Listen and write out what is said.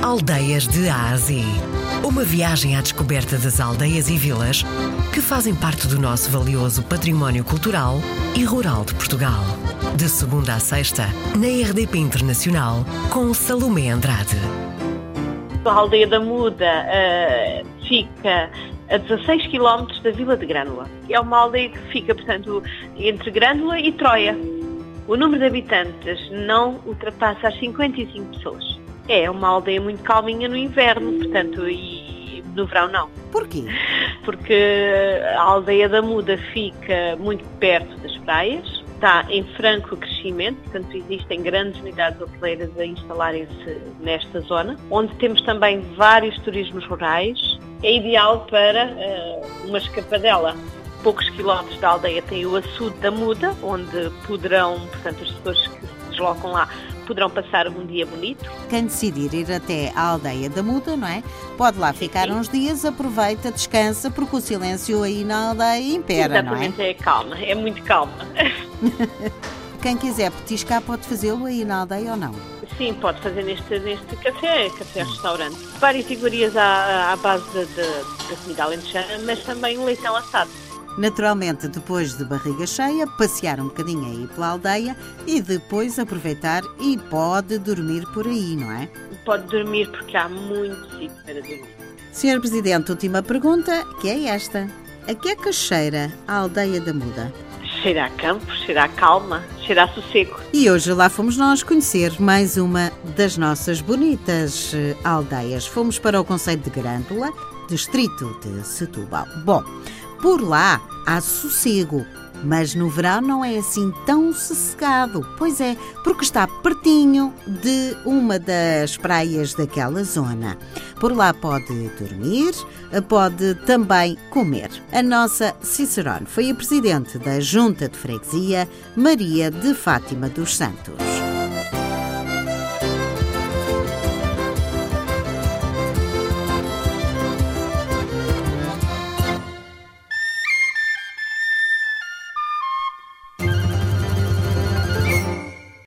Aldeias de A a Z. Uma viagem à descoberta das aldeias e vilas que fazem parte do nosso valioso património cultural e rural de Portugal. De segunda a sexta, na RDP Internacional, com Salomé Andrade. A Aldeia da Muda fica a 16 km da Vila de Grândola. É uma aldeia que fica, portanto, entre Grândola e Troia. O número de habitantes não ultrapassa as 55 pessoas. É uma aldeia muito calminha no inverno, portanto, e no verão não. Porquê? Porque a Aldeia da Muda fica muito perto das praias, está em franco crescimento, portanto existem grandes unidades hoteleiras a instalarem-se nesta zona, onde temos também vários turismos rurais. É ideal para uma escapadela. Poucos quilómetros da aldeia tem o açude da Muda, onde poderão, portanto, as pessoas que se deslocam lá poderão passar um dia bonito. Quem decidir ir até à Aldeia da Muda, não é? Pode lá ficar uns dias, aproveita, descansa, porque o silêncio aí na aldeia impera, exatamente, não é? É calma, é muito calma. Quem quiser petiscar pode fazê-lo aí na aldeia ou não? Sim, pode fazer neste café-restaurante. Várias iguarias à base da comida alentejana, mas também um leitão assado. Naturalmente, depois de barriga cheia, passear um bocadinho aí pela aldeia e depois aproveitar e pode dormir por aí, não é? Pode dormir porque há muito sítio para dormir. Sr. Presidente, última pergunta, que é esta. A que é que cheira a Aldeia da Muda? Cheira a campo, cheira a calma, cheira a sossego. E hoje lá fomos nós conhecer mais uma das nossas bonitas aldeias. Fomos para o concelho de Grândola, distrito de Setúbal. Bom, por lá há sossego, mas no verão não é assim tão sossegado. Pois é, porque está pertinho de uma das praias daquela zona. Por lá pode dormir, pode também comer. A nossa Cicerone foi a presidente da Junta de Freguesia, Maria de Fátima dos Santos.